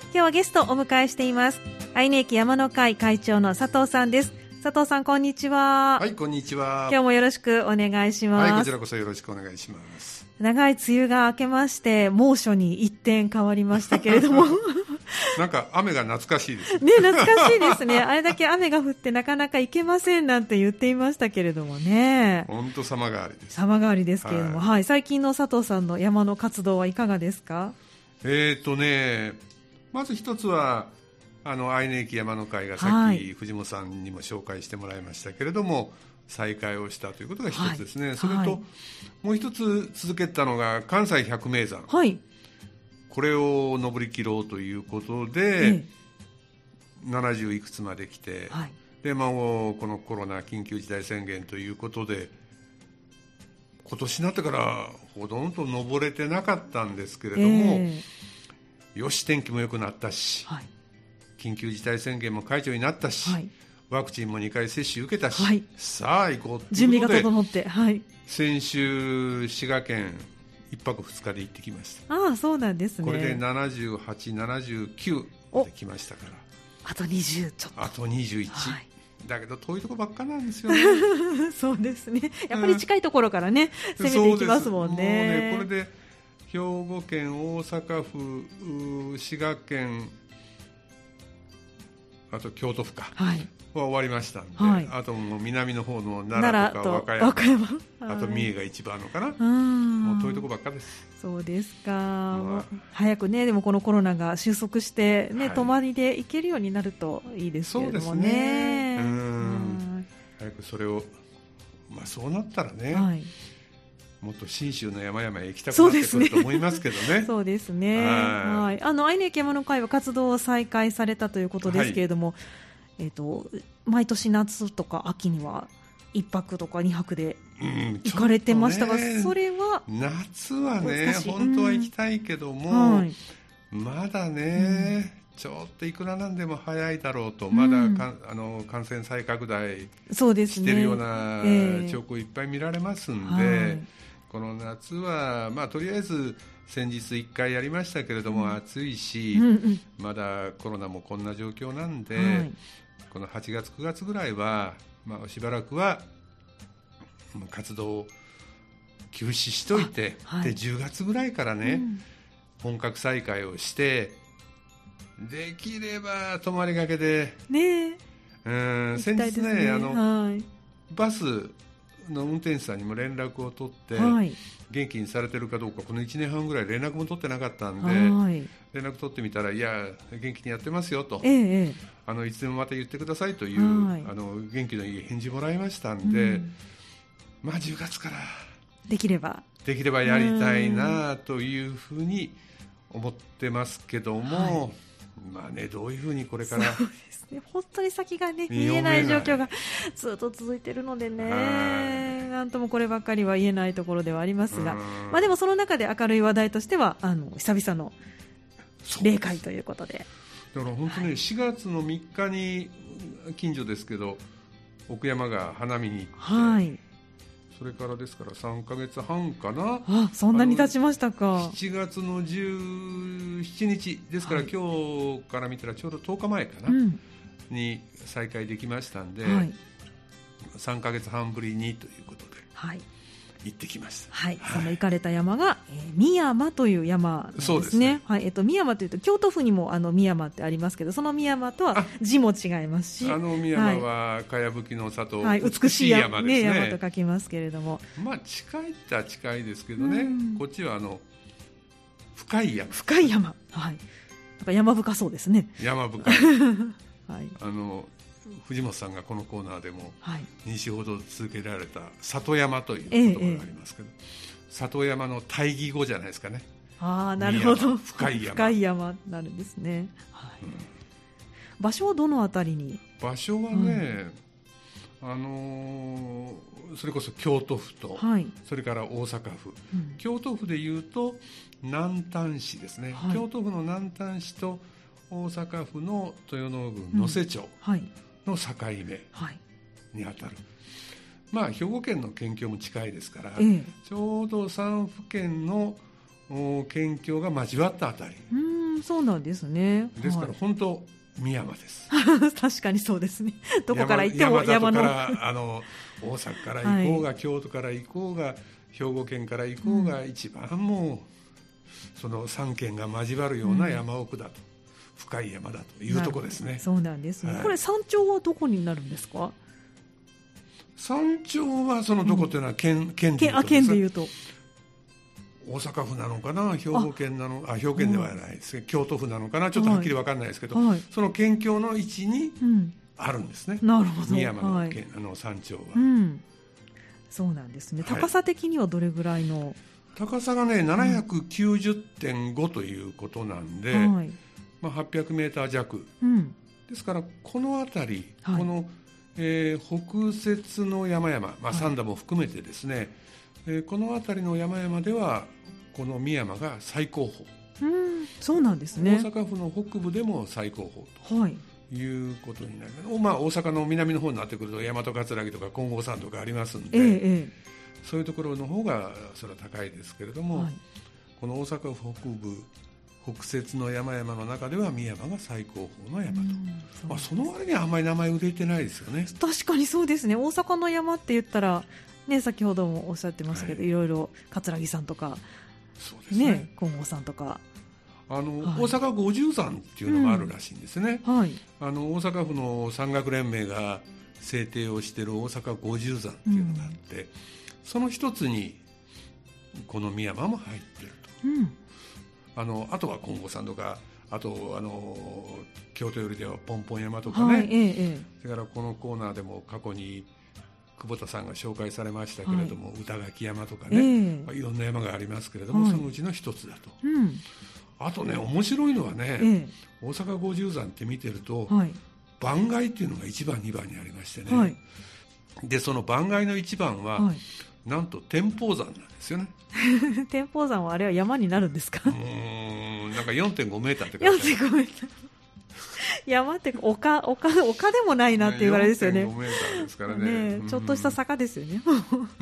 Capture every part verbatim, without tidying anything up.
今日はゲストをお迎えしています。愛媛駅山の会会長の佐藤さんです。佐藤さん、こんにちは。 はい、こんにちは。 今日もよろしくお願いします。 はい、こちらこそよろしくお願いします。 長い梅雨が明けまして猛暑に一転変わりましたけれどもなんか雨が懐かしいですね。 ね、懐かしいですね。あれだけ雨が降ってなかなか行けませんなんて言っていましたけれどもね。 本当様変わりです。 様変わりですけれども、はいはい、最近の佐藤さんの山の活動はいかがですか？ えーとね、まず一つはあの愛媛駅山の会がさっき、はい、藤本さんにも紹介してもらいましたけれども、再開をしたということが一つですね、はい、それと、はい、もう一つ続けたのが関西百名山、はい、これを登り切ろうということで、ええ、ななじゅういくつまで来て、はい、で、まあ、このコロナ緊急事態宣言ということで今年になってからほとんど登れてなかったんですけれども、えー、よし天気も良くなったし、はい、緊急事態宣言も解除になったし、はい、ワクチンもにかい接種受けたし、はい、さあ行こうということで準備が整って、はい、 先週滋賀県いっぱくふつかで行ってきました。 ああ、そうなんですね。 これでななじゅうはち、ななじゅうきゅうまで来ましたから、 あとにじゅうちょっと、 あとにじゅういち、はい、だけど遠いところばっかなんですよねそうですね、やっぱり近いところからね、うん、攻めていきますもん ね, もうねこれで兵庫県、大阪府、滋賀県、あと京都府か、はい、は終わりましたんで、はい、あともう南の方の奈良とか和歌山、和歌山、あと三重が一番あるのかな、はい、もう遠いとこばっかです。 そうですか、まあ、早くね、でもこのコロナが収束して、ね、はい、泊まりで行けるようになるといいですけれどもね。そうですね、 うん、早くそれを、まあ、そうなったらね、はい、もっと信州の山々へ行きたくなってくると思いますけどね。 そうですね、はい、あの愛媛駅山の会は活動を再開されたということですけれども、はい、えーと、毎年夏とか秋にはいっぱくとかにはくで行かれてましたが、うんね、それは夏はね本当は行きたいけども、うんはい、まだね、うん、ちょっといくらなんでも早いだろうと、まだか、うん、あの感染再拡大してるような兆候いっぱい見られますんで、えーはい、この夏は、まあ、とりあえず先日いっかいやりましたけれども、うん、暑いし、うんうん、まだコロナもこんな状況なんで、はい、このはちがつくがつぐらいは、まあ、しばらくは活動を休止しといて、はい、でじゅうがつぐらいからね、うん、本格再開をして、できれば泊まりがけで、ね、うん先日 ね, ねあの、はい、バスの運転手さんにも連絡を取って、はい、元気にされてるかどうかこのいちねんはんぐらい連絡も取ってなかったんで、はい、連絡取ってみたら、いや元気にやってますよと、ええ、あのいつでもまた言ってくださいという、はい、あの元気のいい返事もらいましたんで、うん、まあじゅうがつからできればできればやりたいなというふうに思ってますけども、はい、まあね、どういうふうにこれから、 そうですね、本当に先が、ね、見えない状況がずっと続いているのでね、なんともこればっかりは言えないところではありますが、まあ、でもその中で明るい話題としてはあの久々の例会ということで、 だから本当に、ね、はい、しがつのみっかに近所ですけど奥山が花見に行って、はい、それからですからさんかげつはんかな、 あ、そんなに経ちましたか。 しちがつのじゅうしちにちですから、はい、今日から見たらちょうどとおかまえかな、うん、に再開できましたんで、はい、さんかげつはんぶりにということで、はい、行ってきました。 はい、はい、その行かれた山が、えー、美山という山なんですね。そうですね、はい、えっと、美山というと京都府にもあの美山ってありますけど、その美山とは字も違いますし、 あの美山はかやぶきの里、 はい、美しい山ですね、山と書きますけれども、 まあ近いっちゃ近いですけどね、こっちはあの深い山、 深い山、はい、なんか山深そうですね。 山深い、はい、あの藤本さんがこのコーナーでもに週ほど続けられた里山という言葉がありますけど、ええ、里山の対義語じゃないですかね。 ああ、なるほど、 深い山、 深い山になるんですね、はい、うん、場所はどのあたりに？ 場所はね、うん、あのー、それこそ京都府と、はい、それから大阪府、うん、京都府でいうと南丹市ですね、はい、京都府の南丹市と大阪府の豊能郡能勢町の境目にあたる、うん、はい、まあ、兵庫県の県境も近いですから、ええ、ちょうどさんふけんの県境が交わったあたりん、そうなんですね。 ですから本当、はい、深山です確かにそうですね。どこから行っても山の山からあの大阪から行こうが、はい、京都から行こうが、兵庫県から行こうが、うん、一番もうその三県が交わるような山奥だと、うん、深い山だというところですね。 そうなんですね、はい、これ山頂はどこになるんですか？ 山頂はそのどこというのは県、うん、県でいうと、 県でいうと大阪府なのかな、兵庫県なのあ兵庫県ではないですね、京都府なのかな、ちょっとはっきり分からないですけど、はい、その県境の位置にあるんですね、 うん、なるほど、 深山の、 はい、 あの山頂は、 うん、そうなんですね。高さ的にはどれぐらいの？ はい、高さがね ななひゃくきゅうじゅってんご ということなんで、はい、まあ、はっぴゃくメーター弱、うん、ですからこの辺り、はい、この、えー、北摂の山々、まあ、三田も含めてですね、はい、えー、この辺りの山々ではこの深山が最高峰、 うん、そうなんですね。 大阪府の北部でも最高峰と、はい、いうことになります。まあ、大阪の南の方になってくると大和葛城とか金剛山とかありますんで、ええ、そういうところの方がそれは高いですけれども、はい、この大阪府北部北摂の山々の中では深山が最高峰の山と、うん、 そ, まあ、その割にはあんまり名前売れてないですよね。 確かにそうですね。大阪の山って言ったら、ね、先ほどもおっしゃってますけど、はい、いろいろ葛城さんとか、 そうですね、ね、 金剛さんとか、 あの、はい、大阪五十山っていうのがあるらしいんですね、うん、はい、あの大阪府の山岳連盟が制定をしている大阪五十山っていうのがあって、うん、その一つにこの深山も入っていると、うん、あのあとは金剛山とか、あとあの京都よりではポンポン山とかね、はい、ええ、それからこのコーナーでも過去に久保田さんが紹介されましたけれども、はい、歌垣山とかね、えーまあ、いろんな山がありますけれども、はい、そのうちの一つだと、うん、あとね、面白いのはね、えー、大阪五十山って見てると、はい、番外っていうのがいちばんにばんにありましてね、はい、でその番外のいちばんは、はい、なんと天保山なんですよね。 天保山はあれは山になるんですか？ うーん、なんか よんてんご メーターって書いてある。 よんてんご メーター山って丘、丘、丘でもないなっていうあれですよね。 よんてんごメーターですからね。 ね、ちょっとした坂ですよね。 うん、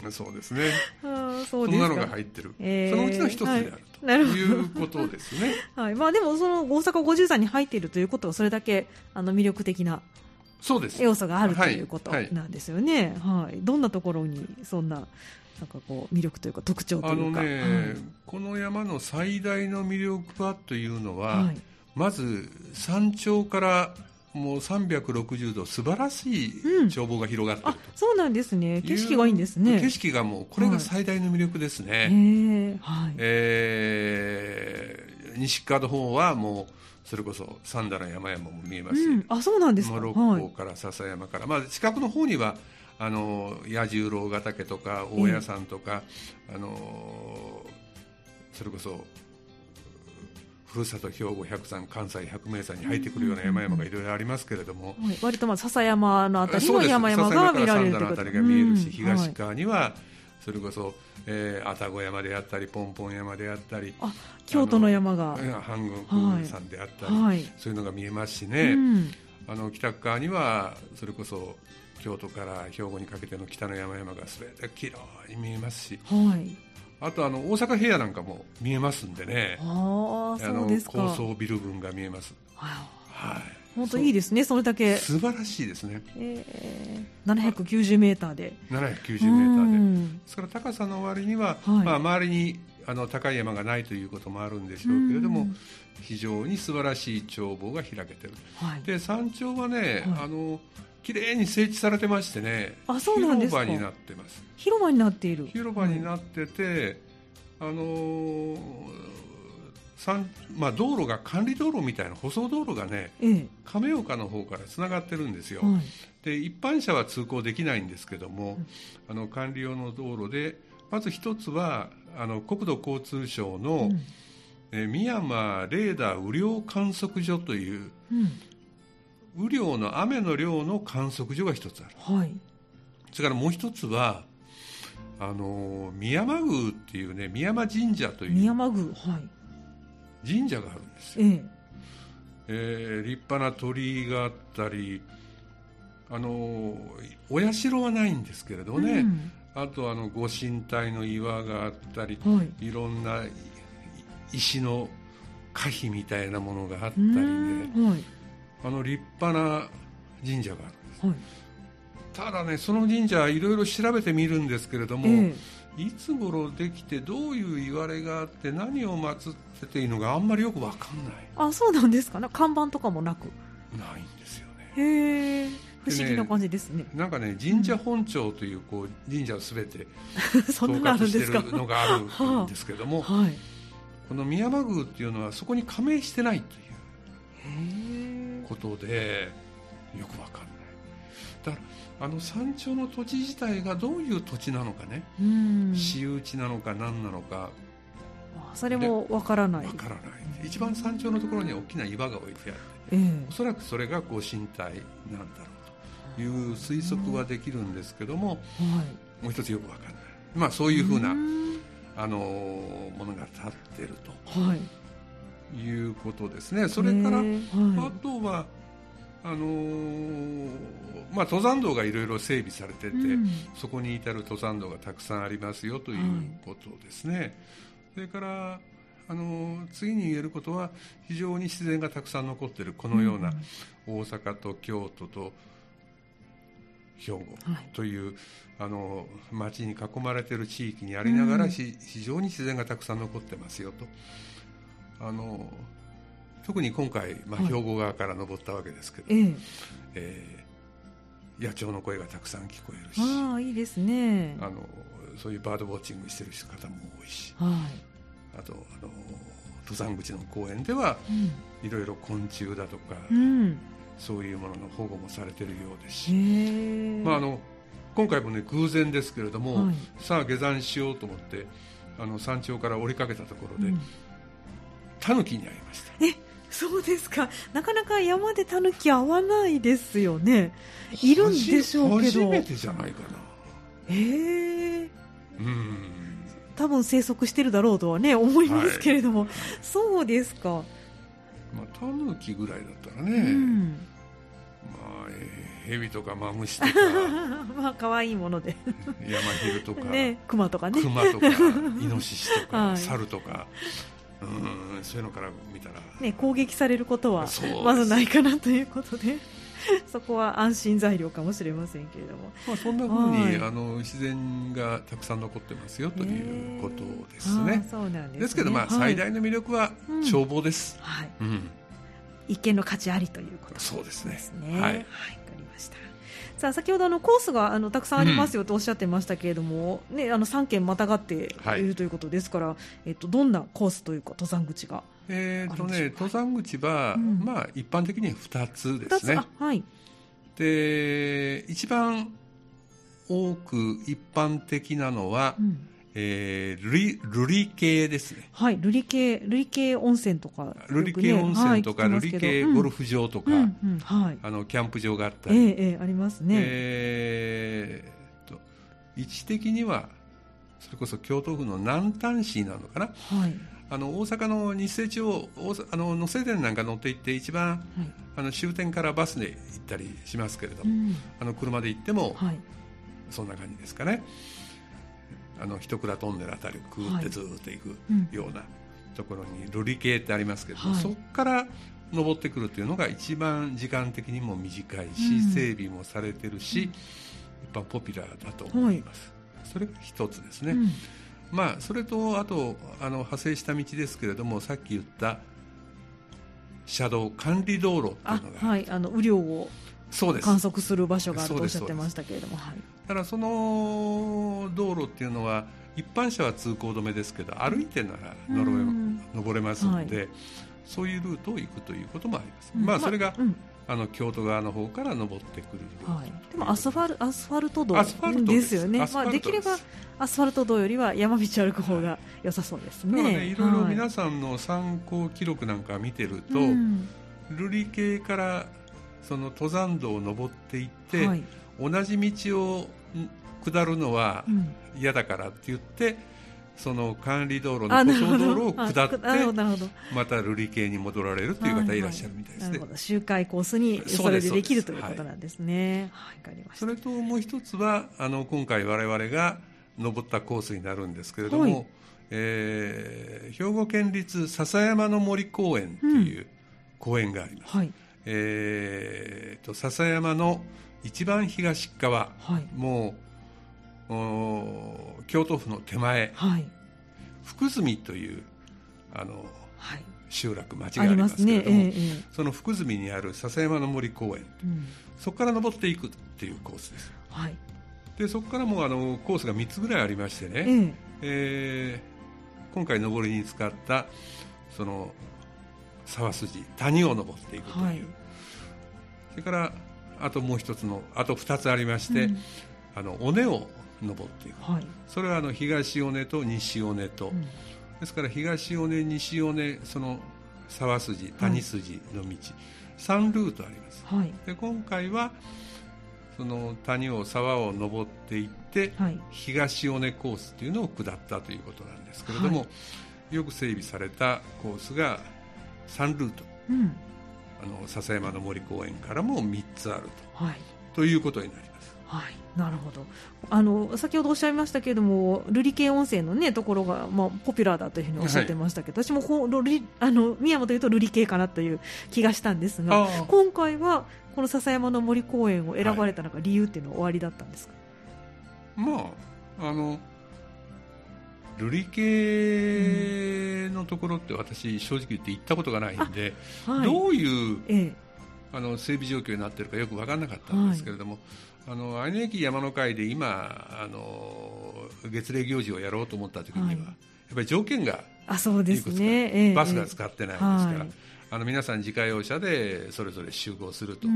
そうですね。 あ、そうですか。 そんなのが入ってる。えー、そのうちの一つであると、はい、いうことですね。 はい、まあでもその大阪五十山に入っているということはそれだけあの魅力的な要素があるということなんですよね。はいはいはい、どんなところにそんななんかこう魅力というか特徴というか。 あのね、はい、この山の最大の魅力はというのは。はい、まず山頂からもうさんびゃくろくじゅうど素晴らしい眺望が広がっていると、うん、 あ、そうなんですね。景色がいいんですね。 景色がもうこれが最大の魅力ですね。はい、えーはい、えー、西側の方はもうそれこそ三田の山々も見えますし、うん、 あ、そうなんですか。 六甲から笹山から、まあ、近くの方にはあの彌十郎ヶ岳とか大谷山とか、えー、あのそれこそふるさと兵庫百山、関西百名山に入ってくるような山々がいろいろありますけれども、 うんうんうん、割とまあ笹山のあたりの山々が見られるということ、 笹山から三田のあたりが見えるし、うん、東側にはそれこそ、えー、愛宕山であったりポンポン山であったり、 あ、京都の山が半国山であったり、はい、そういうのが見えますしね、うん、あの北側にはそれこそ京都から兵庫にかけての北の山々がすべてきれいに見えますし、はい、あとあの大阪平野なんかも見えますんでね、 あ、そうですか。 高層ビル群が見えます。 はい、本当いいですね。それだけ素晴らしいですね。 えー、ななひゃくきゅうじゅうメーターでななひゃくきゅうじゅうメーターで、ですから高さの割には、はい、まあ、周りにあの高い山がないということもあるんでしょうけれども、非常に素晴らしい眺望が開けてる、はい、で山頂はね、はい、あのきれいに整地されてましてね、 あ、そうなんですか。 広場になってます。 広場になっている。 広場になってて、はい、あのーまあ、道路が管理道路みたいな舗装道路がね、ええ、亀岡の方からつながってるんですよ、はい、で一般車は通行できないんですけども、うん、あの管理用の道路でまず一つはあの国土交通省の、うん、え深山レーダー雨量観測所という、うん、雨量の雨の量の観測所が一つある、はい、それからもう一つはあの深山宮っていうね、深山神社という深山宮、はい、 神社があるんですよ、えええー、立派な鳥居があったり、あのお社はないんですけれどね、うん、あとあのご神体の岩があったり、はい、いろんな石の歌碑みたいなものがあったりね、はい、あの立派な神社があるんです、はい、ただねその神社いろいろ調べてみるんですけれども、えー、いつ頃できてどういう言われがあって何を祀ってていいのがあんまりよく分かんない。 あ、そうなんですか。看板とかもなく。 ないんですよね。 へー、不思議な感じですね。 なんかね神社本庁という、こう神社をすべて統括しているのがあるんですけども、はい、この宮間宮っていうのはそこに加盟してないということでよくわかんない。だからあの山頂の土地自体がどういう土地なのかね、私有地なのか何なのか、 それもわからない。 わからない。一番山頂のところに大きな岩が置いてあって、えー、おそらくそれがこう神体なんだろうという推測はできるんですけども、はい、もう一つよくわかんない。まあそういうふうなあのものが立っていると、はい、いうことですね。それから、はい、あとはあのーまあ、登山道がいろいろ整備されてて、うん、そこに至る登山道がたくさんありますよということですね、はい、それからあのー、次に言えることは非常に自然がたくさん残っているこのような大阪と京都と兵庫という、はい、あの町に囲まれている地域にありながら、うん、非常に自然がたくさん残ってますよと。あの特に今回、まあ、兵庫側から登ったわけですけど、はい、えー、野鳥の声がたくさん聞こえるし、 あ、いいですね。 あのそういうバードウォッチングしてる方も多いし、はい、あとあの登山口の公園では、うん、いろいろ昆虫だとか、うん、そういうものの保護もされているようですし、まあ、あの今回もね偶然ですけれども、はい、さあ下山しようと思ってあの山頂から降りかけたところで、うん、タヌキに会いました。 え、そうですか。なかなか山でタヌキ会わないですよね。いるんでしょうけど初めてじゃないかな。 えー、うん、多分生息してるだろうとはね思いますけれども、はい、そうですか。 まあ、タヌキぐらいだったらね、うん、まあ、えー、ヘビとかマムシとかまあ可愛いもので山ヒルとか、 ね、クマとかね、 クマとかイノシシとか、はい、猿とか、うん、そういうのから見たら、 ね、攻撃されることはまずないかなということでそこは安心材料かもしれませんけれども、 まあ、そんなふうに、はい、あの自然がたくさん残ってますよということですね。 そうなんですね。 ですけど、まあ、最大の魅力は眺望です、 うん、はい、うん、一見の価値ありということですね。 そうですね、 はい、はい、わかりました。さあ先ほどあのコースがあのたくさんありますよとおっしゃってましたけれども、うん、ね、あのさんけんまたがっているということですから、はい、えっと、どんなコースというか登山口がえーとね、登山口は、うん、まあ、一般的にはふたつですね。 はい、 で一番多く一般的なのは、うん、えー、瑠璃渓ですね。 はい、瑠璃渓、瑠璃渓温泉とか、ね、 瑠璃渓温泉とか、はい、瑠璃渓ゴルフ場とか、うんうん、はい、あのキャンプ場があったり、 えーえー、ありますね。 えー、と位置的にはそれこそ京都府の南丹市なのかな、はい、あの大阪の日生地をあの能勢電なんか乗って行って一番、はい、あの終点からバスで行ったりしますけれども、うん、あの車で行っても、はい、そんな感じですかね。あの一倉トンネルあたりをくーってずーっと行くようなところに瑠璃渓ってありますけども、はい、そこから登ってくるというのが一番時間的にも短いし、うん、整備もされてるし、一般ポピュラーだと思います、はい、それが一つですね、うん、まあ、それとあとあの派生した道ですけれども、さっき言った車道管理道路っていうのが、 はい、あの雨量を観測する場所があるとおっしゃってましたけれども、はい、 だからその道路っていうのは一般車は通行止めですけど、歩いてなら登れ、登れますので、はい、そういうルートを行くということもあります、うん、まあ、それが、うん、あの京都側の方から登ってくるルート、はい、 でもアスファル、アスファルト道ですよね。まあ、できればアスファルト道よりは山道歩く方が良さそうですね。 だからね、いろいろ皆さんの参考記録なんか見てると、はい、瑠璃渓からその登山道を登っていって、はい、同じ道を下るのは嫌だからって言って、うん、その管理道路の舗装道路を下ってまた瑠璃渓に戻られるという方いらっしゃるみたいですね。なるほど、 周回コースにそれでできるということなんですね。 はい、わかりました。それともう一つはあの今回我々が登ったコースになるんですけれども、はい、 えー、兵庫県立篠山の森公園という公園があります、うんはいえー、と篠山の一番東側、はい、もう京都府の手前、はい、福住というあの、はい、集落町がありますけれども、ねえー、その福住にある篠山の森公園、うん、そこから登っていくっていうコースです、はい、でそこからもあのコースがみっつぐらいありましてね、えーえー、今回登りに使ったその沢筋谷を登っていくという、はい、それからあともう一つのあとふたつありまして、うん、あの尾根を登っていく、はい、それはあの東尾根と西尾根と、うん、ですから東尾根西尾根その沢筋谷筋の道、はい、さんルートあります、はい、で今回はその谷を沢を登っていって、はい、東尾根コースというのを下ったということなんですけれども、はい、よく整備されたコースがさんルート、うん、あの篠山の森公園からもみっつあると、はい、ということになります。 はい、なるほど。あの先ほどおっしゃいましたけれども瑠璃系温泉の、ね、ところが、まあ、ポピュラーだというふうにおっしゃってましたけど、はい、私もこうあの宮本というと瑠璃系かなという気がしたんですが、今回はこの篠山の森公園を選ばれたのか、はい、理由っていうのはおありだったんですか？ まああの瑠璃系のところって私正直言って行ったことがないんで、はい、どういう、ええ、あの整備状況になっているかよく分からなかったんですけれども、はい、あの愛媛駅山の会で今あの月例行事をやろうと思った時には、はい、やっぱり条件があそうですね、ええ、 バスが使ってないですから、はい、あの皆さん自家用車でそれぞれ集合すると、うん、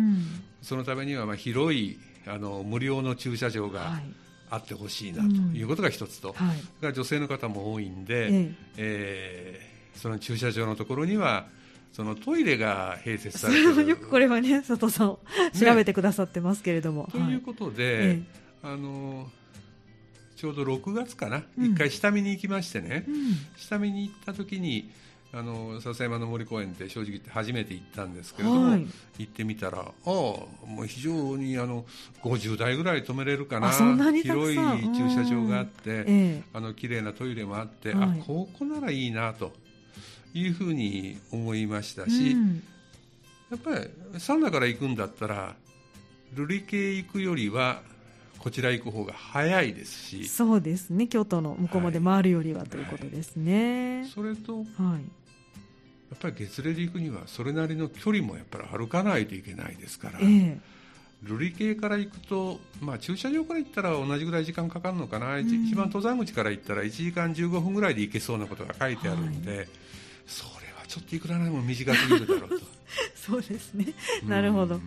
そのためにはまあ広いあの無料の駐車場が、はいあってほしいなということが一つと、うんはい、それから女性の方も多いんで、えええー、その駐車場のところにはそのトイレが併設されているよくこれはね佐藤さん調べてくださってますけれども、ね、 ということで、はい、あのちょうどろくがつかな、うん、一回下見に行きましてね、うん、下見に行った時にあの篠山の森公園って正直言って初めて行ったんですけれども、はい、行ってみたらああもう非常にあのごじゅうだいぐらい止めれるかな、広い駐車場があって、ええ、あの綺麗なトイレもあって、はい、あここならいいなというふうに思いましたし、うん、やっぱり三田から行くんだったら瑠璃系行くよりはこちら行く方が早いですし、 そうですね京都の向こうまで回るよりは、はい、ということですね、 はい、それと、はいやっぱり月例で行くにはそれなりの距離もやっぱり歩かないといけないですから、えー、瑠璃系から行くと、まあ、駐車場から行ったら同じぐらい時間かかるのかな、うん、一番登山口から行ったらいちじかんじゅうごふんぐらいで行けそうなことが書いてあるので、はい、それはちょっといくらなんでも短すぎるだろうとそうですねなるほど、はい、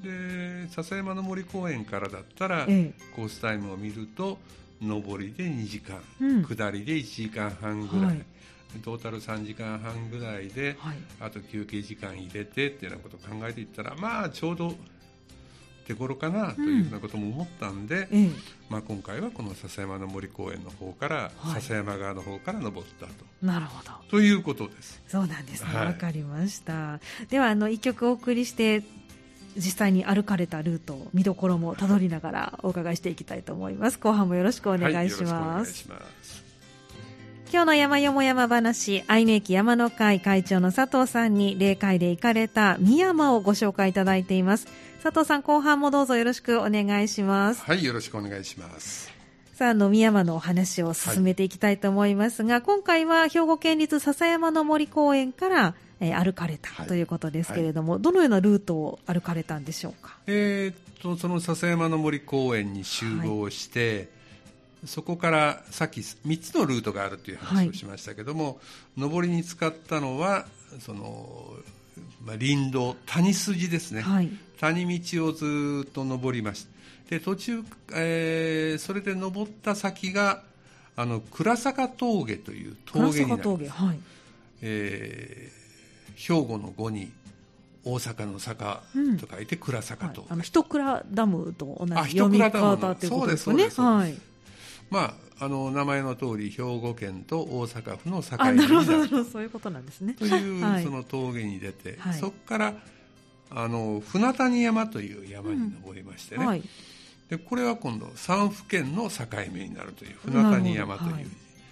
で篠山の森公園からだったら、えー、コースタイムを見ると上りでにじかん、うん、下りでいちじかんはんぐらい、はいトータルさんじかんはんぐらいで、はい、あと休憩時間入れてっていうようなことを考えていったらまあちょうど手頃かなというふうなことも思ったんで、うんまあ、今回はこの篠山の森公園の方から、はい、篠山側の方から登ったとなるほどということです。 そうなんですね、はい、分かりました。ではあのいっきょくお送りして実際に歩かれたルート見どころもたどりながらお伺いしていきたいと思います。後半もよろしくお願いします。はい、よろしくお願いします。今日の山よも山話、愛媛駅山の会会長の佐藤さんに霊界で行かれた美山をご紹介いただいています。佐藤さん後半もどうぞよろしくお願いします。 はい、よろしくお願いします。 さあ、あの美山のお話を進めていきたいと思いますが、はい、今回は兵庫県立篠山の森公園から、えー、歩かれた、はい、ということですけれども、はい、どのようなルートを歩かれたんでしょうか。 えー、っとその篠山の森公園に集合して、はいそこからさっきみっつのルートがあるという話をしましたけども、はい、上りに使ったのはその、まあ、林道谷筋ですね、はい、谷道をずっと上りました。で途中、えー、それで登った先があの倉坂峠という峠になります。倉坂峠、はいえー、兵庫の語に大阪の坂と書いて倉坂峠、うんはい、あの一倉ダムと同じ読み方ということですね。 まあ、あの名前の通り兵庫県と大阪府の境目になるなるほどそういうことなんですねという、はい、その峠に出て、はい、そこからあの船谷山という山に登りましてね、うんはい、でこれは今度さん府県の境目になるという船谷山という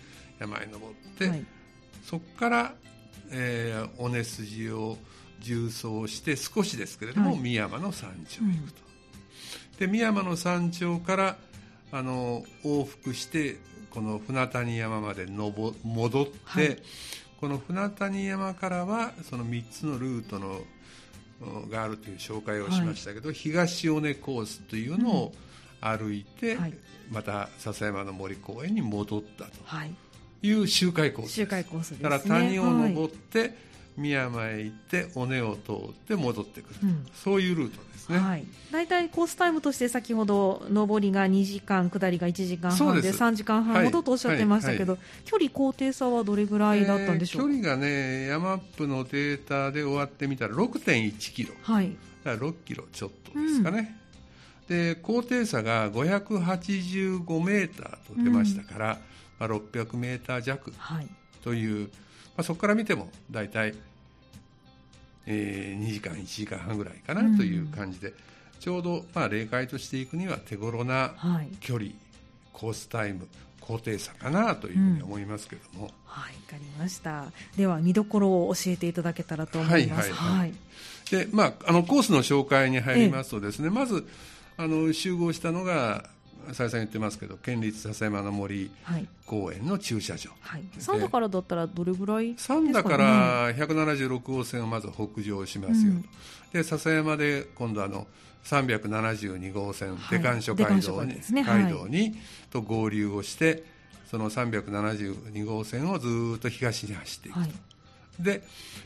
山に登って、 はい、 そこから、えー、尾根筋を縦走して少しですけれども、はい、三山の山頂に行くと、うん、で三山の山頂からあの往復してこの船谷山まで登戻って、はい、この船谷山からはそのみっつのルートのがあるという紹介をしましたけど、はい、東尾根コースというのを歩いて、うんはい、また笹山の森公園に戻ったという周回コースです。 周回コースですね。 だから谷を登って、はい、三山へ行って尾根を通って戻ってくる、うん、そういうルートですね。 はい、だいたいコースタイムとして先ほど上りがにじかん下りがいちじかんはん で, でさんじかんはんほどとおっしゃってましたけど、はいはいはい、距離高低差はどれぐらいだったんでしょうか。 えー、距離がねヤマップのデータで終わってみたら ろくてんいちキロ、はい、だからろっキロちょっとですかね、うん、で高低差がごひゃくはちじゅうごメーターと出ましたから、うんまあ、ろっぴゃくメーター弱という、はいまあ、そこから見てもだいたいえー、にじかんいちじかんはんぐらいかなという感じで、うん、ちょうど、まあ、例外としていくには手頃な距離、はい、コースタイム高低差かなというふうに思いますけども、うん、 はい、分かりました。では見どころを教えていただけたらと思います。はいはいはい、 でまあ、あのコースの紹介に入りますとですね、まずあの集合したのが再三言ってますけど県立笹山の森公園の駐車場、はい、 三田からだったらどれぐらいですかね。 三田からひゃくななじゅうろく号線をまず北上しますよと、うん、で笹山で今度あのさんびゃくななじゅうに号線、はい、出願所街道に、ね、街道に、はい、と合流をしてそのさんびゃくななじゅうに号線をずっと東に走っていくと、はい、で、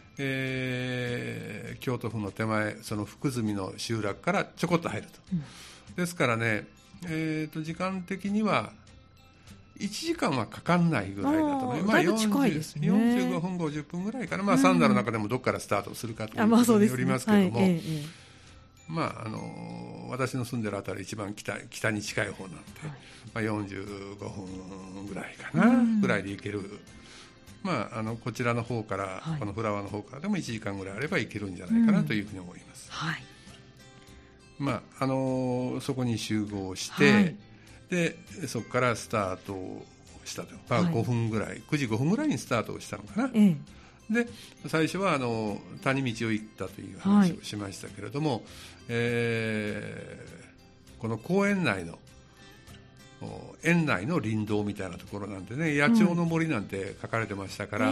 えー、京都府の手前その福住の集落からちょこっと入ると、うん、ですからねえー、と時間的にはいちじかんはかかんないぐらいだと思います。 だいぶ近いですね。 よんじゅうごふんごじゅっぷんぐらいかな、まあ、三田の中でもどこからスタートするかということによりますけども、まああの私の住んでるあたり一番 北, 北に近い方なんで、はいまあ、よんじゅうごふんぐらいかな、うん、ぐらいで行ける、まあ、あのこちらの方から、はい、このフラワーの方からでもいちじかんぐらいあれば行けるんじゃないかなというふうに思います。うんはいまああのー、そこに集合して、はい、でそこからスタートしたと、まあ、ごふんぐらい、はい、くじごふんぐらいにスタートをしたのかな、ええ、で最初はあの谷道を行ったという話をしましたけれども、はいえー、この公園内の園内の林道みたいなところなんでね野鳥の森なんて書かれてましたから、はい、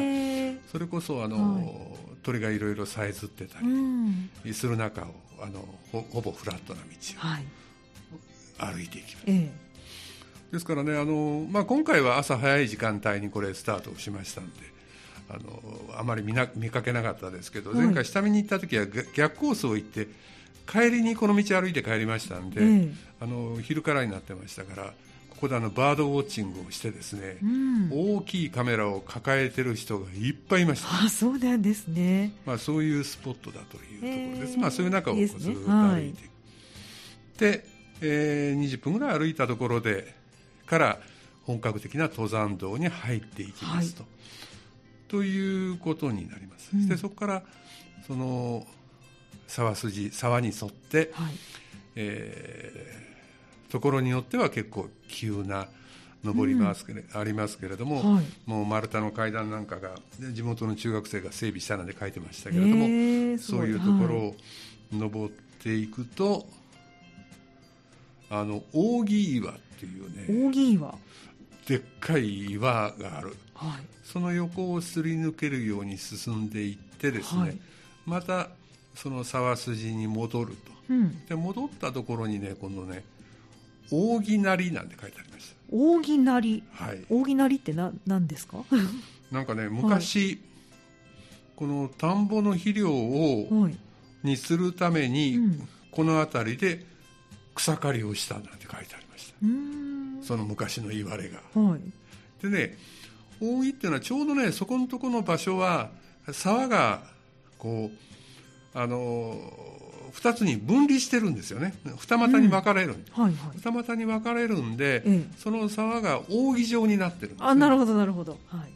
それこそあの、はい、鳥がいろいろさえずってたりする中をあの ほ, ほぼフラットな道を歩いていきます、はいええ、ですからねあの、まあ、今回は朝早い時間帯にこれスタートをしましたんであのあまり 見, な見かけなかったですけど、はい、前回下見に行った時は逆コースを行って帰りにこの道歩いて帰りましたんで、ええ、あの昼からになってましたからここであのバードウォッチングをしてですね、うん、大きいカメラを抱えてる人がいっぱいいました。 あ、そうなんですね、 まあ、そういうスポットだというところです、まあ、そういう中をずっと歩いていく、はい、で、えー、にじゅっぷんぐらい歩いたところでから本格的な登山道に入っていきますと、はい、ということになります、うん、でそこからその沢筋沢に沿って、はいえーところによっては結構急な上りますけれ、うん、ありますけれども、はい、もう丸太の階段なんかが地元の中学生が整備したので書いてましたけれども、えー、そういうところを登っていくと、はい、あの扇岩っていうね扇岩でっかい岩がある、はい、その横をすり抜けるように進んでいってですね、はい、またその沢筋に戻ると、うん、で戻ったところにね今度ね扇なりなんて書いてありました。 扇なり、 はい、 扇なりってな何ですかなんかね昔、はい、この田んぼの肥料を、はい、にするために、うん、この辺りで草刈りをしたなんて書いてありました。うーんその昔の言われが、はい、でね扇っていうのはちょうどねそこのところの場所は沢がこうあのふたつに分離してるんですよね。二股に分かれる、うんはいはい、二股に分かれるんで、ええ、その沢が扇状になってるんです、ね、 あなるほどなるほど、はい、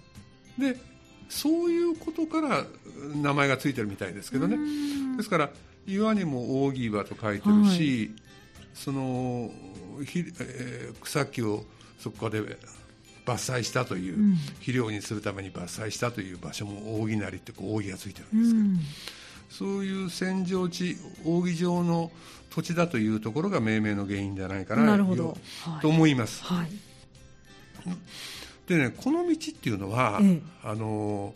でそういうことから名前がついてるみたいですけどね。ですから岩にも扇岩と書いてるし、はい、そのひ、えー、草木をそこで伐採したという、うん、肥料にするために伐採したという場所も扇鳴ってこう扇がついてるんですけど、うん、そういう扇状地扇状の土地だというところが命名の原因じゃないかな、 なるほど、 はい、と思います、 はい、 でね、この道っていうのは、ええ、あの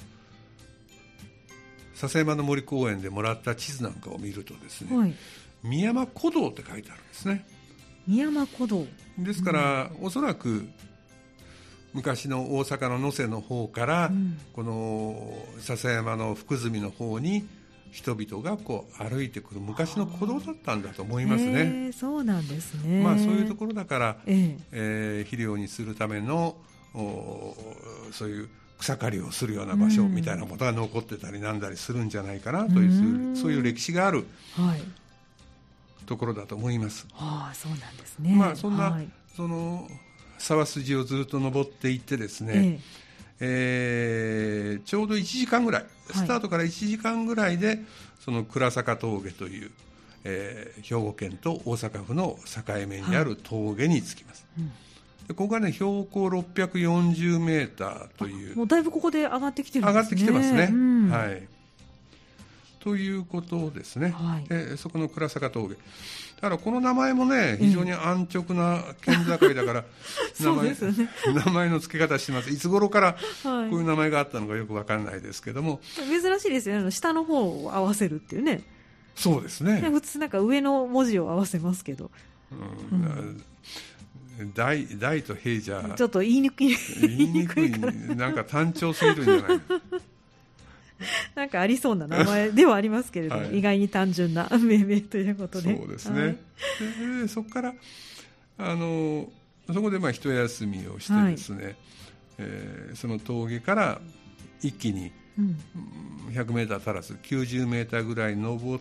笹山の森公園でもらった地図なんかを見るとですね、はい、宮山古道って書いてあるんですね。 宮山古道ですから、うん、おそらく昔の大阪の能勢の方から、うん、この笹山の福住の方に人々がこう歩いてくる昔の古道だったんだと思いますね。えー、そうなんですね。 まあ、そういうところだから、えーえー、肥料にするためのそういう草刈りをするような場所みたいなことが残ってたりなんだりするんじゃないかなという、うん、そういう歴史がある、はい、ところだと思います。 はあ、そうなんですね。 まあ、そんな、はい、その沢筋をずっと登っていってですね、えーえー、ちょうどいちじかんぐらい、スタートからいちじかんぐらいでその倉坂峠という、えー、兵庫県と大阪府の境目にある峠に着きます、はい、うん、でここがね標高ろっぴゃくよんじゅうメーターという、 もうだいぶここで上がってきてるんですね。 上がってきてますね、うん、はい、ということですね、はい、でそこの倉坂峠だからこの名前もね非常に安直な県境だから、 名前、そうですね、 名前の付け方してます。いつ頃からこういう名前があったのかよく分からないですけども、 はい、珍しいですよね、下の方を合わせるっていうね。 そうですね、 普通なんか上の文字を合わせますけど、 うんうん、大, 大と平じゃちょっと言いにくい言いにくいなんか単調すぎるんじゃないなんかありそうな名前ではありますけれども、はい、意外に単純な命名ということで、 そうですね、はい、でそこからあのそこでまあ一休みをしてですね、はい、えー、その峠から一気にひゃくメーター足らずきゅうじゅうメーターぐらい登って、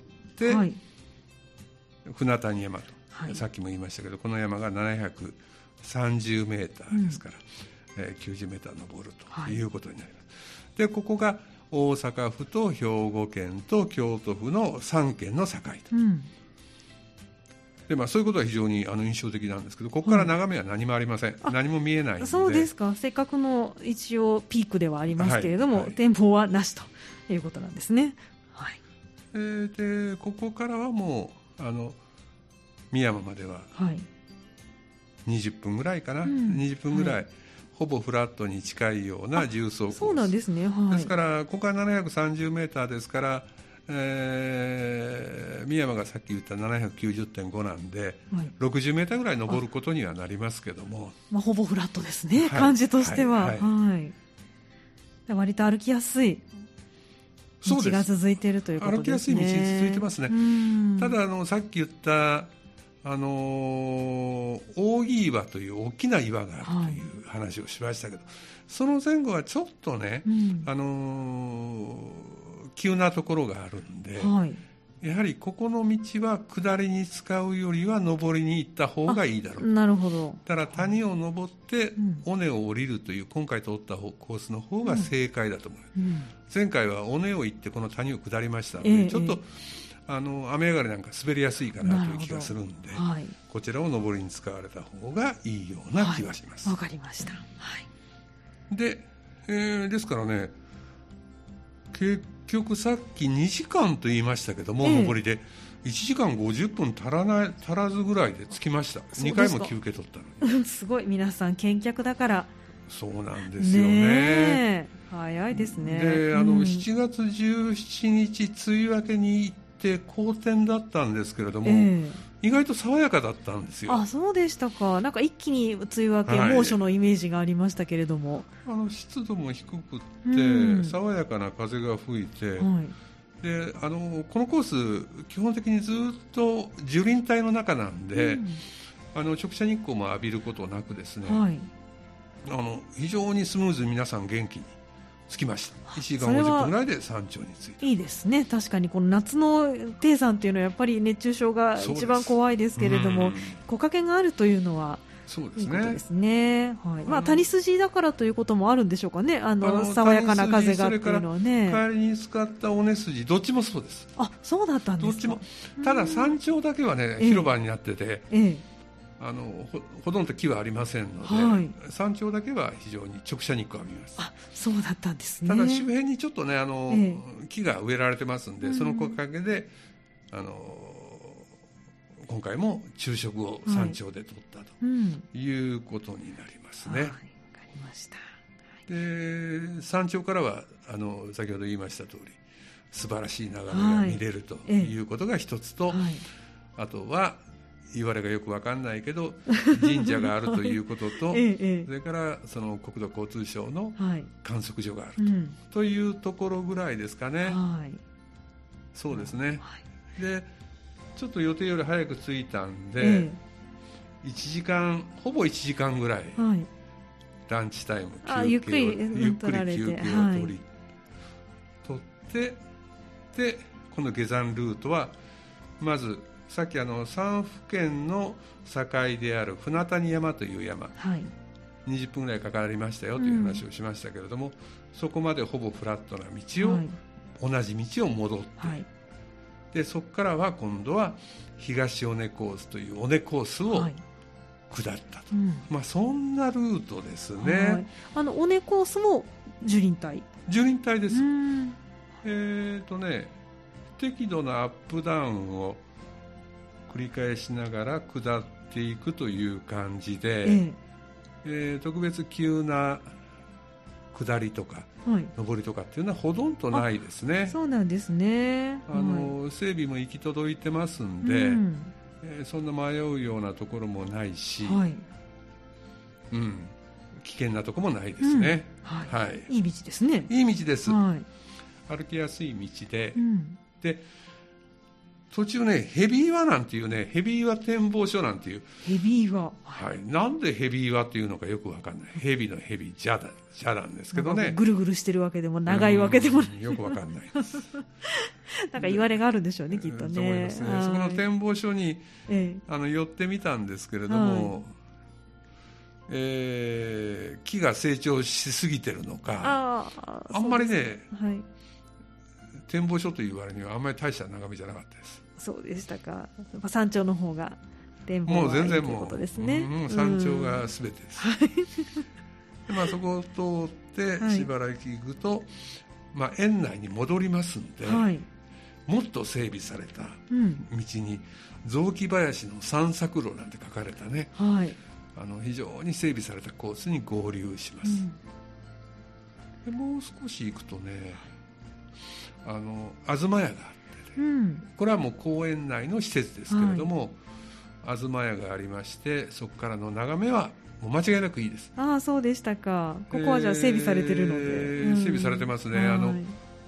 はい、船谷山と、はい、さっきも言いましたけどこの山がななひゃくさんじゅうメーターですから、うん、えー、きゅうじゅうメーター登るということになります、はい、でここが大阪府と兵庫県と京都府のさん県の境と、うん、でまあ、そういうことは非常にあの印象的なんですけど、ここから眺めは何もありません、はい、何も見えないので。 そうですか。せっかくの一応ピークではありますけれども、はいはい、展望はなしということなんですね、はい、 えー、でここからはもうあの宮山まではにじゅっぷんぐらいかな、うん、にじゅっぷんぐらい、はい、ほぼフラットに近いような重走コース。 そうなんですね、はい、 ですからここはななひゃくさんじゅうメーターですから、えー、宮山がさっき言ったななひゃくきゅうじゅってんごなんで、はい、ろくじゅうメーターぐらい登ることにはなりますけども、 まあ、ほぼフラットですね、はい、感じとしては、はいはいはい、割と歩きやすい道が続いているということですね。 歩きやすい道続いてますね。ただあのさっき言ったあのー、扇岩という大きな岩があるという話をしましたけど、はい、その前後はちょっとね、うん、あのー、急なところがあるんで、はい、やはりここの道は下りに使うよりは上りに行った方がいいだろう。 なるほど。 だから谷を登って尾根を降りるという今回通ったコースの方が正解だと思う、うんうん、前回は尾根を行ってこの谷を下りましたので、えー、ちょっと、えーあの雨上がりなんか滑りやすいかなという気がするんで、はい、こちらを上りに使われた方がいいような気がします。 わ、はい、かりました、はい、 で、えー、ですからね結局さっきにじかんと言いましたけども、えー、上りでいちじかんごじゅっぷん足らない足らずぐらいで着きました。にかいも休憩取ったのにすごい皆さん健脚だからそうなんですよ ね, ね早いですね。 であの、うん、しちがつじゅうしちにち梅雨明けに行って好天だったんですけれども、えー、意外と爽やかだったんですよ。 あ、そうでしたか。なんか一気に梅雨明け、はい、猛暑のイメージがありましたけれども、 あの湿度も低くって、うん、爽やかな風が吹いて、はい、であのこのコース基本的にずっと樹林帯の中なんで、うん、あの直射日光も浴びることなくですね、はい、あの非常にスムーズに皆さん元気に着きました。いちじかんごじゅっぷんぐらいで山頂に着いていいですね。確かにこの夏の低山っていうのはやっぱり熱中症が一番怖いですけれども、木陰があるというのはそうですね。 いいことですね。はい、まあ、谷筋だからということもあるんでしょうかね。あの、あの爽やかな風がっていうのはね。 帰りに使った尾根筋どっちもそうです。 あ、そうだったんですか。 どっちも。ただ山頂だけはね、広場になってて、ええ、 あの ほ, ほとんど木はありませんので、はい、山頂だけは非常に直射日光を浴びます。 あ、そうだったんですね。 ただ周辺にちょっとねあの、ええ、木が植えられてますんで、うん、そのおかげであの今回も昼食を山頂で取ったということになりますね。はい、わかりました。 で山頂からはあの先ほど言いました通り素晴らしい眺めが見れるということが一つと、はい、あとは言われがよく分かんないけど神社があるということと、ええ、それからその国土交通省の観測所があると、はい、というところぐらいですかね。はい、そうですね。はい、でちょっと予定より早く着いたんで、ええ、いちじかんほぼいちじかんぐらい、はい、ランチタイム休憩をゆっくりゆっくり休憩を取り、はい、取ってでこの下山ルートはまずさっきあのさん府県の境である船谷山という山、はい、にじゅっぷんぐらいかかりましたよという話をしましたけれども、うん、そこまでほぼフラットな道を、はい、同じ道を戻って、はい、でそこからは今度は東尾根コースという尾根コースを下ったと、うん、まあ、そんなルートですね。はい、 あの尾根コースも樹林帯樹林帯です。えーとね適度なアップダウンを繰り返しながら下っていくという感じで、えええー、特別急な下りとか、はい、上りとかっていうのはほとんどないですね。 そうなんですね。 あの、はい、整備も行き届いてますんで、うん、えー、そんな迷うようなところもないし、はい、うん、危険なところもないですね。 うん、はいはい、いい道ですね。 いい道です。はい、歩きやすい道で、うん、で途中ねヘビ岩なんていうねヘビ岩展望所なんていうヘビ岩、 はい、なんでヘビ岩っていうのかよくわかんない。ヘビのヘビじゃだじゃなんですけどね。 ぐるぐるしてるわけでも長いわけでもない、 よくわかんないですなんか言われがあるんでしょうねきっとね。 そう思いますね。そこの展望所に、ええ、あの寄ってみたんですけれども、はい、えー、木が成長しすぎてるのか あ, あんまりね、はい、展望所という割にはあんまり大した眺めじゃなかったです。 そうでしたか。やっぱ山頂の方が展望がいいということですね。 もう全然もう、うん、山頂が全てです、うん、でまあ、そこを通ってしばらく行くと、はい、まあ、園内に戻りますんで、はい、もっと整備された道に、うん、雑木林の散策路なんて書かれたね、はい、あの非常に整備されたコースに合流します、うん、でもう少し行くとねあの東屋があって、ね、うん、これはもう公園内の施設ですけれども、はい、東屋がありまして、そこからの眺めはもう間違いなくいいです。 ああ、そうでしたか。ここはじゃあ整備されてるので、えーうん、 整備されてますね。あの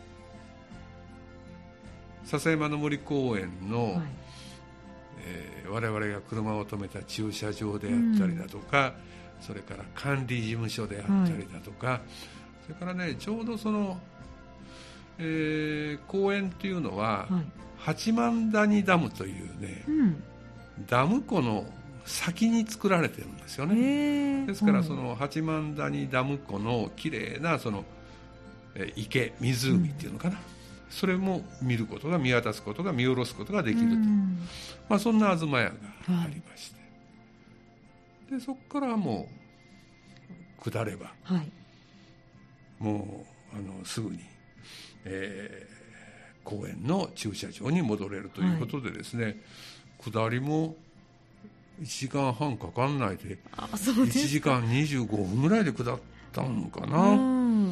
笹山の森公園の、はい、えー、我々が車を止めた駐車場であったりだとか、うん、それから管理事務所であったりだとか、はい、それからねちょうどそのえー、公園というのは、はい、八幡谷ダムというね、うん、ダム湖の先に作られてるんですよね。ですからその八幡谷ダム湖のきれいなその、えー、池湖っていうのかな、うん、それも見ることが見渡すことが見下ろすことができると、うん、まあ、そんな東屋がありまして、はい、でそこからもう下れば、はい、もうあのすぐにえー、公園の駐車場に戻れるということでですね、はい、下りもいちじかんはんかかんないで、あ、そうですか。いちじかんにじゅうごふんぐらいで下ったのかな、うん、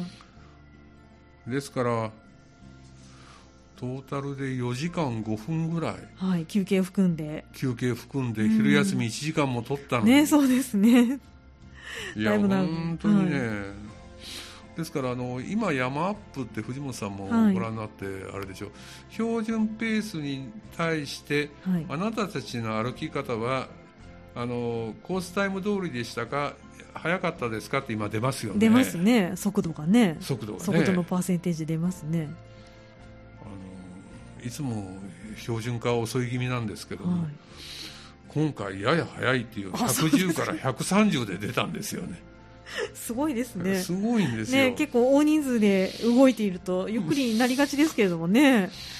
ですからトータルでよじかんごふんぐらい、 はい、休憩含んで休憩含んで昼休みいちじかんも取ったのに、 ね、そうですね。 いや本当にね、はい、ですからあの今山アップって藤本さんもご覧になってあれでしょう、はい、標準ペースに対して、はい、あなたたちの歩き方はあのコースタイム通りでしたか早かったですかって今出ますよね。 出ますね。速度がね速度がね速度のパーセンテージ出ますね。 あのいつも標準化は遅い気味なんですけども、はい、今回やや早いっていうひゃくじゅうからひゃくさんじゅうで出たんですよね。 すごいですね。 すごいんですよ、 ね、結構大人数で動いているとゆっくりになりがちですけれどもね。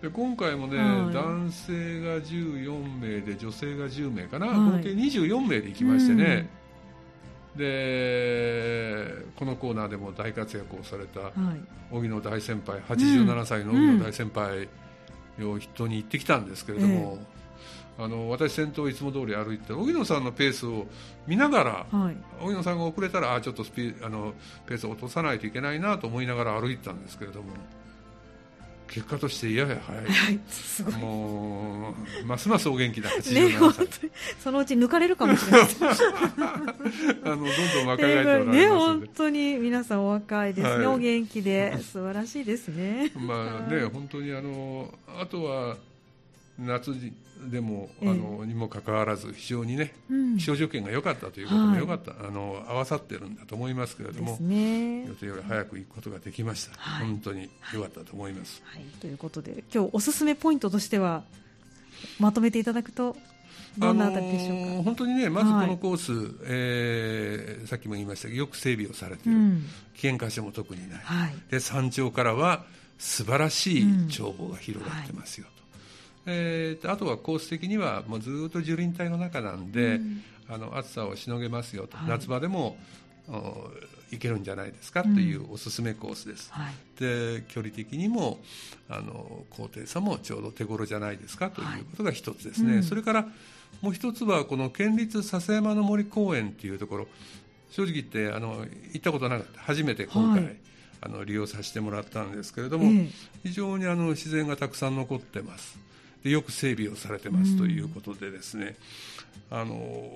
で今回もね、はい、男性がじゅうよんめいで女性がじゅうめいかな、はい、合計にじゅうよんめいで行きましてね、うん、でこのコーナーでも大活躍をされた、はい、荻野大先輩、はちじゅうななさいの荻野大先輩を筆頭に行ってきたんですけれども、えー、あの私先頭いつも通り歩いて荻野さんのペースを見ながら、はい、荻野さんが遅れたらあちょっとスピあのペースを落とさないといけないなと思いながら歩いてたんですけれども、結果としてやや早い、はい、すごい、もうますますお元気なはちじゅうななさい、ね、 そのうち抜かれるかもしれないあのどんどん若返っておられますので、ね、 本当に皆さんお若いですね、はい、お元気で素晴らしいですねまあね、本当にあのあとは夏でも、あの、えー、にもかかわらず非常にね、うん、気象条件が良かったということも良かった、はい、あの合わさってるんだと思いますけれども、ね、予定より早く行くことができました、はい、本当に良かったと思います、 はいはい、ということで今日おすすめポイントとしてはまとめていただくとどんなあたりでしょうか。あのー、 本当にね、まずこのコース、はい、えー、さっきも言いましたけどよく整備をされている、うん、危険箇所も特にない、はい、で山頂からは素晴らしい眺望が広がってますよ、うん、はい、えー、あとはコース的にはもうずっと樹林帯の中なんで、うん、あの暑さをしのげますよと、はい、夏場でも行けるんじゃないですかというおすすめコースです、うん、はい、で距離的にもあの高低差もちょうど手頃じゃないですかということが一つですね、はい、うん、それからもう一つはこの県立笹山の森公園というところ、正直言ってあの行ったことなかった、初めて今回、はい、あの利用させてもらったんですけれども、えー、非常にあの自然がたくさん残ってます。でよく整備をされてますということでですね、うん、あの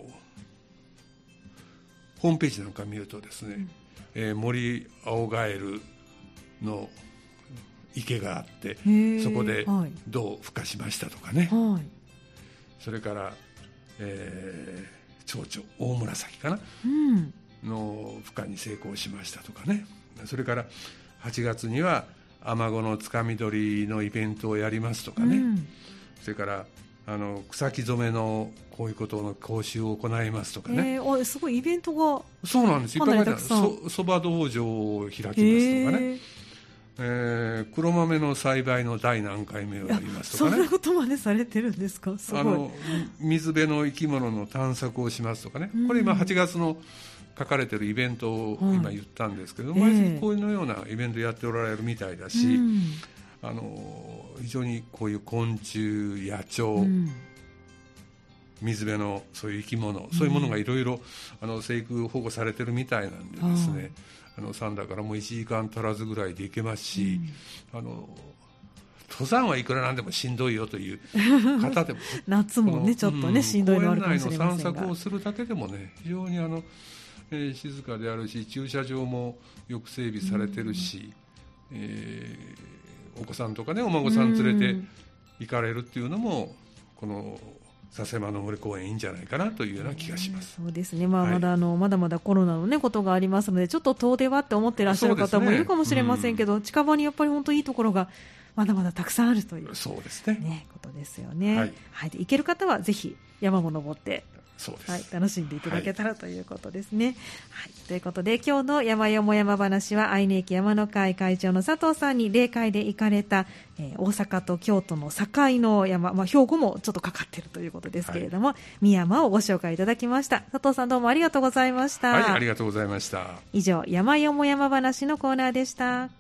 ホームページなんか見るとですね、うん、えー、森青ガエルの池があってそこで銅を孵化しましたとかね、はい、それから、えー、蝶々大紫かな、うん、の孵化に成功しましたとかね、それからはちがつにはアマゴのつかみ取りのイベントをやりますとかね、うん、それからあの草木染めのこういうことの講習を行いますとかね、 えー、すごいイベントがそうなんです、いっぱい書いてある、そそば道場を開きますとかね、えーえー、黒豆の栽培の第何回目をやりますとかね、 そんなことまでされてるんですか、すごい、あの水辺の生き物の探索をしますとかね、これ今はちがつの書かれているイベントを今言ったんですけど、はい、毎月こういうのようなイベントやっておられるみたいだし、うん、あの非常にこういう昆虫、野鳥、うん、水辺のそういう生き物、そういうものがいろいろ生育保護されてるみたいなんでですね、あの三田からもいちじかん足らずぐらいで行けますし、うん、あの登山はいくらなんでもしんどいよという方でも夏もねちょっとね、うん、しんどいのあるかもしれませんが、 公園内の散策をするだけでもね非常にあの、えー、静かであるし、駐車場もよく整備されてるし、うん、えー、お子さんとかねお孫さん連れて行かれるっていうのもこの笹山の森公園いいんじゃないかなというような気がします。 そうですね、まあ、まだあの、はい、まだまだコロナの、ね、ことがありますのでちょっと遠出はって思っていらっしゃる方もいるかもしれませんけど、ね、うん、近場にやっぱり本当にいいところがまだまだたくさんあるという、 そうですね、 ね、ことですよね、はいはい、で行ける方はぜひ山も登ってそうです、 はい、楽しんでいただけたらということですね、はいはい、ということで今日の山よも山話は愛媛駅山の会会長の佐藤さんに霊界で行かれた、えー、大阪と京都の境の山、まあ、兵庫もちょっとかかっているということですけれども、はい、三山をご紹介いただきました。佐藤さんどうもありがとうございました。 はい、ありがとうございました。 以上山よも山話のコーナーでした。